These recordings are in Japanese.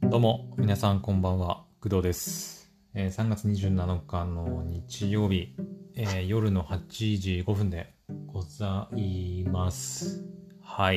どうも皆さんこんばんは、工藤です。3月27日の日曜日、夜の8時5分でございます。はい。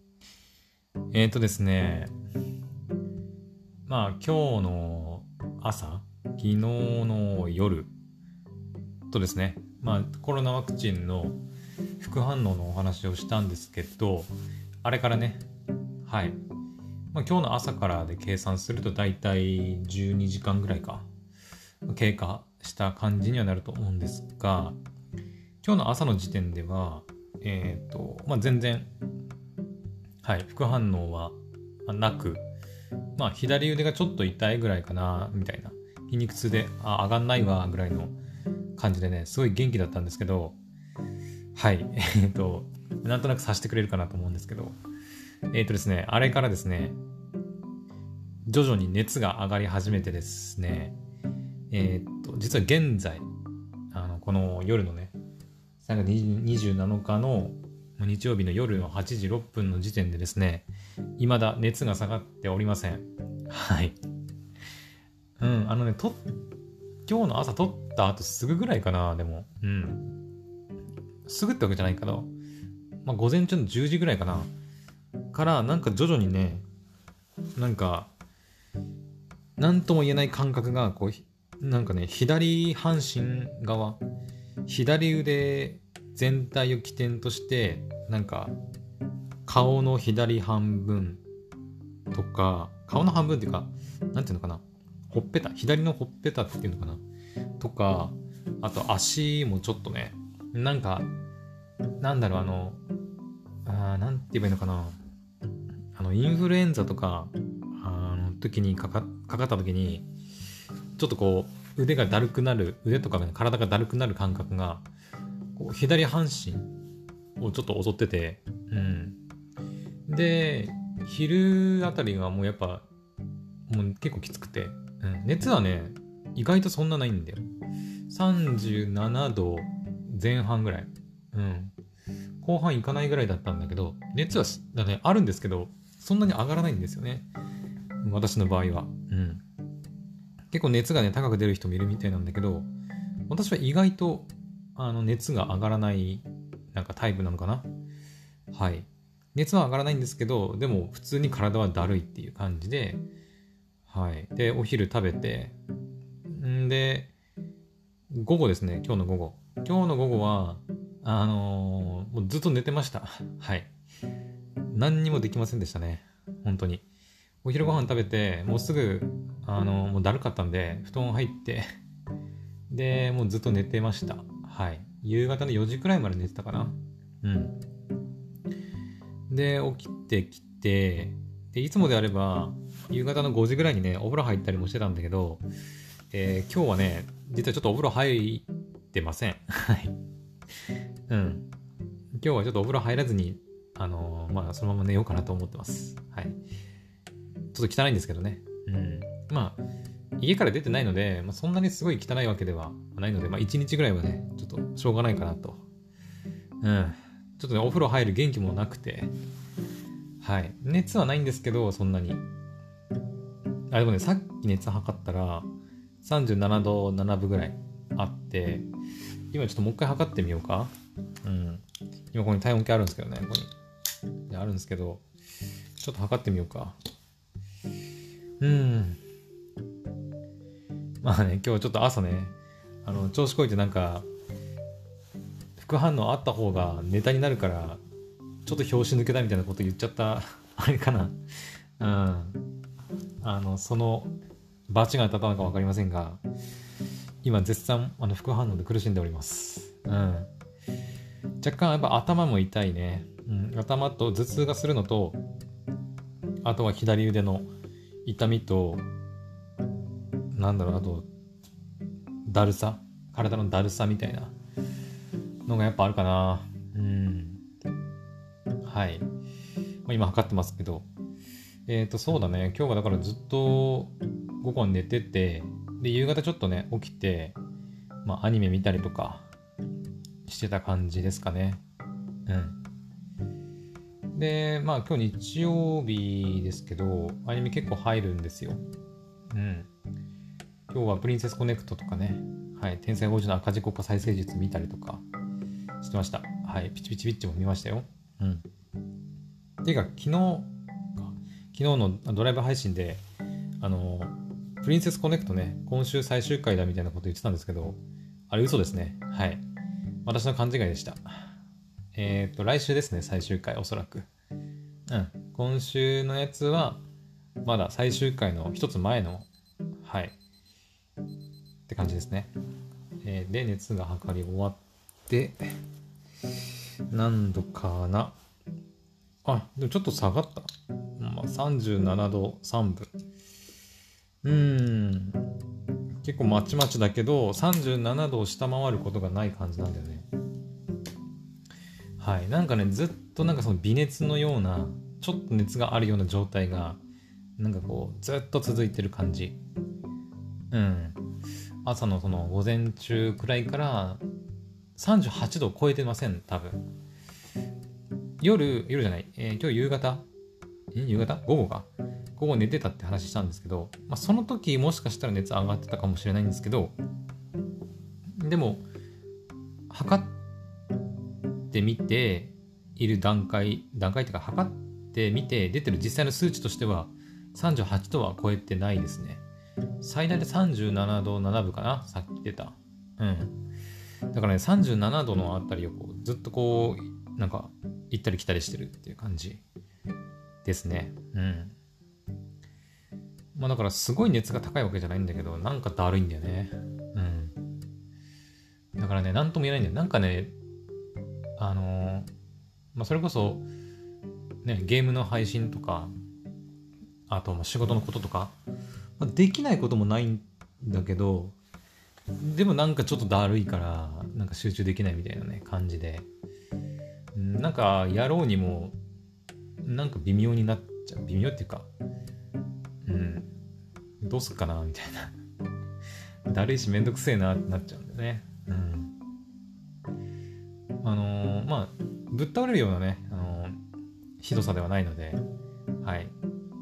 ですね、今日の朝、昨日の夜とですね、コロナワクチンの副反応のお話をしたんですけど、あれからね、はい。今日の朝からで計算するとだいたい12時間ぐらいか経過した感じにはなると思うんですが、今日の朝の時点では全然副反応はなく、左腕がちょっと痛いぐらいかなみたいな、筋肉痛で上がんないわぐらいの感じでね、すごい元気だったんですけど、はいなんとなく察してくれるかなと思うんですけど、ですね、あれからですね、徐々に熱が上がり始めてですね、実は現在、この夜のね、3月27日の日曜日の夜の8時6分の時点でですね、未だ熱が下がっておりません。はい。今日の朝撮った後すぐぐらいかな、でも。すぐってわけじゃないけど、午前中の10時ぐらいかな。からなんか徐々にね、なんとも言えない感覚が左半身側、左腕全体を起点として、顔の左半分とか、顔の半分っていうか、なんていうのかな、ほっぺた、左のほっぺたっていうのかなとか、あと足もちょっとね、なんて言えばいいのかな、インフルエンザとか時にかかった時にちょっとこう腕とか、ね、体がだるくなる感覚がこう左半身をちょっと襲ってて、で昼あたりがもうやっぱもう結構きつくて、熱はね意外とそんなないんだよ。37度前半ぐらい、後半いかないぐらいだったんだけど、熱はあるんですけど、そんなに上がらないんですよね、私の場合は。結構熱がね高く出る人もいるみたいなんだけど、私は意外と熱が上がらないタイプなのかな。はい。熱は上がらないんですけど、でも普通に体はだるいっていう感じで、はい。でお昼食べて、で午後ですね、今日の午後はもうずっと寝てました。はい。何にもできませんでしたね、本当に。お昼ご飯食べてもうすぐもうだるかったんで布団入ってでもうずっと寝てました。はい。夕方の4時くらいまで寝てたかな。で起きてきて、でいつもであれば夕方の5時ぐらいにねお風呂入ったりもしてたんだけど、今日はね実はちょっとお風呂入ってません。はい。今日はちょっとお風呂入らずにそのまま寝ようかなと思ってます。はい。ちょっと汚いんですけどね。家から出てないので、そんなにすごい汚いわけではないので、1日ぐらいはね、ちょっとしょうがないかなと。ちょっとね、お風呂入る元気もなくて、はい。熱はないんですけど、そんなに。でもね、さっき熱測ったら、37度7分ぐらいあって、今ちょっともう一回測ってみようか。今ここに体温計あるんですけどね、ここに。あるんですけど、ちょっと測ってみようか。今日ちょっと朝ね、調子こいて副反応あった方がネタになるからちょっと拍子抜けだみたいなこと言っちゃったあれかな。そのバチが当たったのか分かりませんが、今絶賛副反応で苦しんでおります。若干やっぱ頭も痛いね。頭と頭痛がするのと、あとは左腕の痛みと、あと体のだるさみたいなのがやっぱあるかな。はい。今測ってますけど、そうだね、今日はだからずっと午後寝てて、で夕方ちょっとね起きて、アニメ見たりとかしてた感じですかね。 で、まあ今日日曜日ですけど、アニメ結構入るんですよ。うん。今日はプリンセスコネクトとかね、はい、天才王子の赤字国家再生術見たりとかしてました。はい、ピチピチピッチも見ましたよ。うん。ていうか、昨日のドライブ配信で、プリンセスコネクトね、今週最終回だみたいなこと言ってたんですけど、あれ嘘ですね。はい。私の勘違いでした。来週ですね、最終回、おそらく。うん。今週のやつは、まだ最終回の一つ前の、はい。って感じですね。で、熱が測り終わって、何度かな。あ、でもちょっと下がった。まあ、37度3分。結構まちまちだけど、37度を下回ることがない感じなんだよね。はい。なんかね、ずっとなんかその微熱のような、ちょっと熱があるような状態が、なんかこう、ずっと続いてる感じ。うん。朝のその午前中くらいから38度を超えてません、多分。夜じゃない、今日夕方午後か。午後寝てたって話したんですけど、まあ、その時もしかしたら熱上がってたかもしれないんですけど、でも、測ってみている段階っていうか、測ってみて出てる実際の数値としては、38度は超えてないですね。最大で37度7分かな、さっき出た。うん。だからね、37度のあたりをこうずっとこう、なんか、行ったり来たりしてるっていう感じですね。うん。まあだからすごい熱が高いわけじゃないんだけど、なんかだるいんだよね。うん。だからね、なんとも言えないんだよ。なんかね、まあそれこそ、ね、ゲームの配信とか、あと仕事のこととか、まあ、できないこともないんだけど、でもなんかちょっとだるいから、なんか集中できないみたいなね、感じで。なんかやろうにも、なんか微妙になっちゃう。微妙っていうか、どうすっかなみたいな。だるいしめんどくせえなってなっちゃうんだよね。まあ、ぶっ倒れるようなね、ひどさではないので、はい。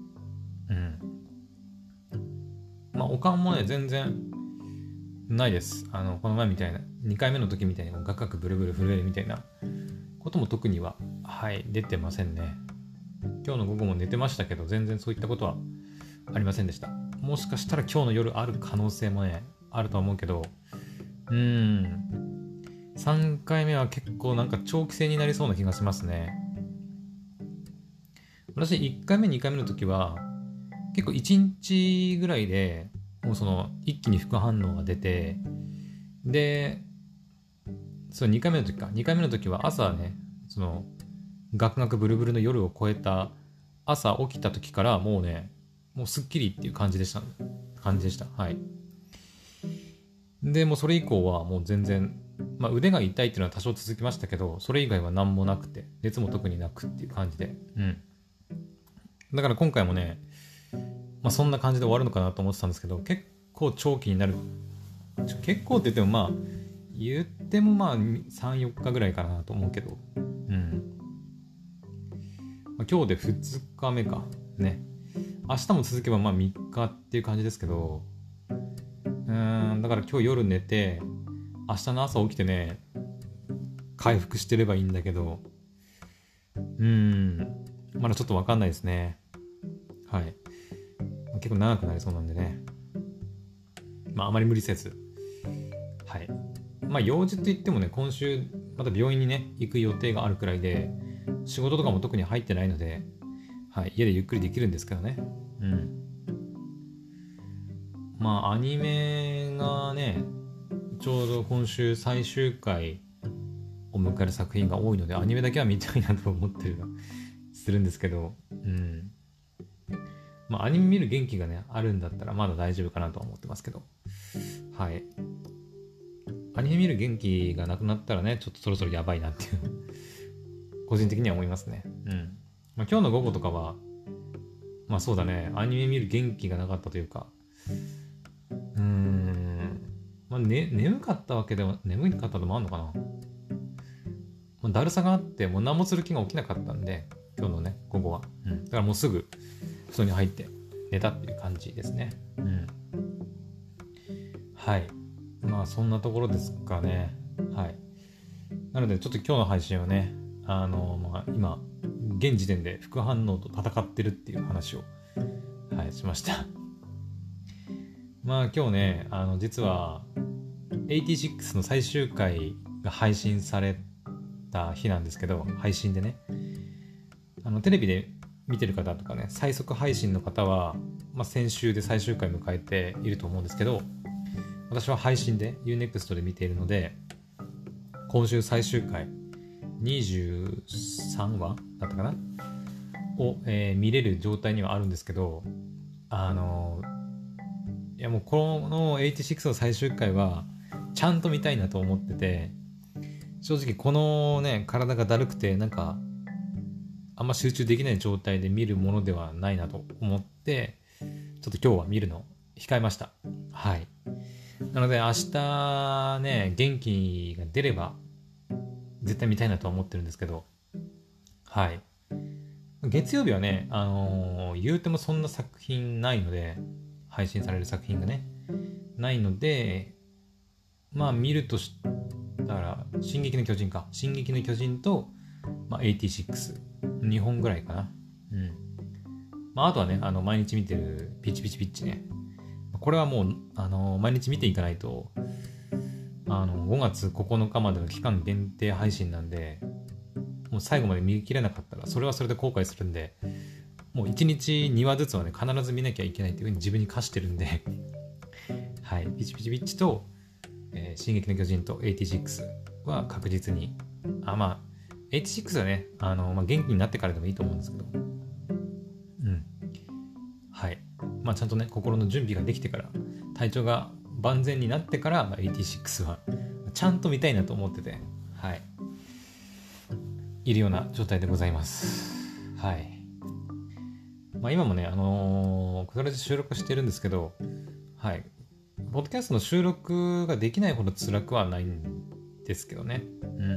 まあ、おかんもね、全然ないです。この前みたいな、2回目の時みたいにガクガクブルブル震えるみたいなことも特には、はい、出てませんね。今日の午後も寝てましたけど、全然そういったことはありませんでした。もしかしたら今日の夜ある可能性もね、あるとは思うけど、3回目は結構なんか長期戦になりそうな気がしますね。私1回目2回目の時は結構1日ぐらいでもうその一気に副反応が出て、でそう2回目の時か2回目の時は朝ね、そのガクガクブルブルの夜を超えた朝起きた時からもうね、もうすっきりっていう感じでした。はい。でもうそれ以降はもう全然、まあ、腕が痛いっていうのは多少続きましたけど、それ以外は何もなくて、熱も特になくっていう感じで、だから今回もね、まあ、そんな感じで終わるのかなと思ってたんですけど、結構長期になる。結構って言ってもまあ言ってもまあ3、4日ぐらいかなと思うけど、まあ、今日で2日目かね。明日も続けばまあ3日っていう感じですけど、だから今日夜寝て明日の朝起きてね、回復してればいいんだけど、まだちょっと分かんないですね。はい。結構長くなりそうなんでね、まああまり無理せず、はい。まあ用事って言ってもね、今週また病院にね行く予定があるくらいで、仕事とかも特に入ってないので、はい、家でゆっくりできるんですけどね。まあアニメがね、ちょうど今週最終回を迎える作品が多いので、アニメだけは見たいなと思ってるのするんですけど、まあアニメ見る元気がねあるんだったらまだ大丈夫かなとは思ってますけど、はい。アニメ見る元気がなくなったらね、ちょっとそろそろやばいなっていう個人的には思いますね。まあ、今日の午後とかはまあそうだね、アニメ見る元気がなかったというか、まあ、眠かったわけでは、眠かったのもあんのかな。まあ、だるさがあって、もう何もする気が起きなかったんで、 今日のね午後は、だからもうすぐ布団に入って寝たっていう感じですね。はい、まあそんなところですかね。はい、なのでちょっと今日の配信はね今現時点で副反応と戦ってるっていう話を、しました。まあ今日ね実は86の最終回が配信された日なんですけど、配信でねテレビで見てる方とかね、最速配信の方は、先週で最終回迎えていると思うんですけど、私は配信で Unext で見ているので、今週最終回23話だったかなを、見れる状態にはあるんですけど、いやもうこの86の最終回はちゃんと見たいなと思ってて、正直このね体がだるくてなんかあんま集中できない状態で見るものではないなと思って、ちょっと今日は見るの控えました。はい。なので明日ね元気が出れば絶対見たいなと思ってるんですけど、はい。月曜日はね言うてもそんな作品ないので、配信される作品がねないので、見るとしたら進撃の巨人と、86 2本ぐらいかな。あとはね毎日見てるピチピチピッチね、これはもう毎日見ていかないと5月9日までの期間限定配信なんで、もう最後まで見切れなかったらそれはそれで後悔するんで、もう1日2話ずつはね必ず見なきゃいけないっていう風に自分に課してるんではい、ピチピチピッチと、進撃の巨人と86は確実に86はね元気になってからでもいいと思うんですけど、はい、ちゃんとね心の準備ができてから、体調が万全になってから、86はちゃんと見たいなと思ってて、はい、いるような状態でございます。はい。今もねこれで収録してるんですけど、はい、ポッドキャストの収録ができないほど辛くはないんですけどね。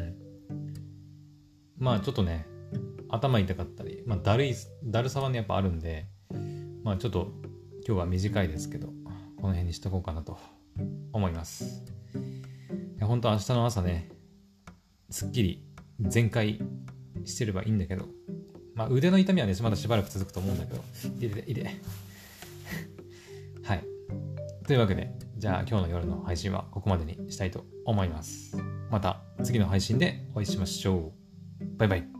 ちょっとね頭痛かったり、だるさはねやっぱあるんで、ちょっと今日は短いですけどこの辺にしとこうかなと思います。本当明日の朝ねすっきり全開してればいいんだけど、腕の痛みはねまだしばらく続くと思うんだけど、いではい。というわけで、じゃあ今日の夜の配信はここまでにしたいと思います。また次の配信でお会いしましょう。バイバイ。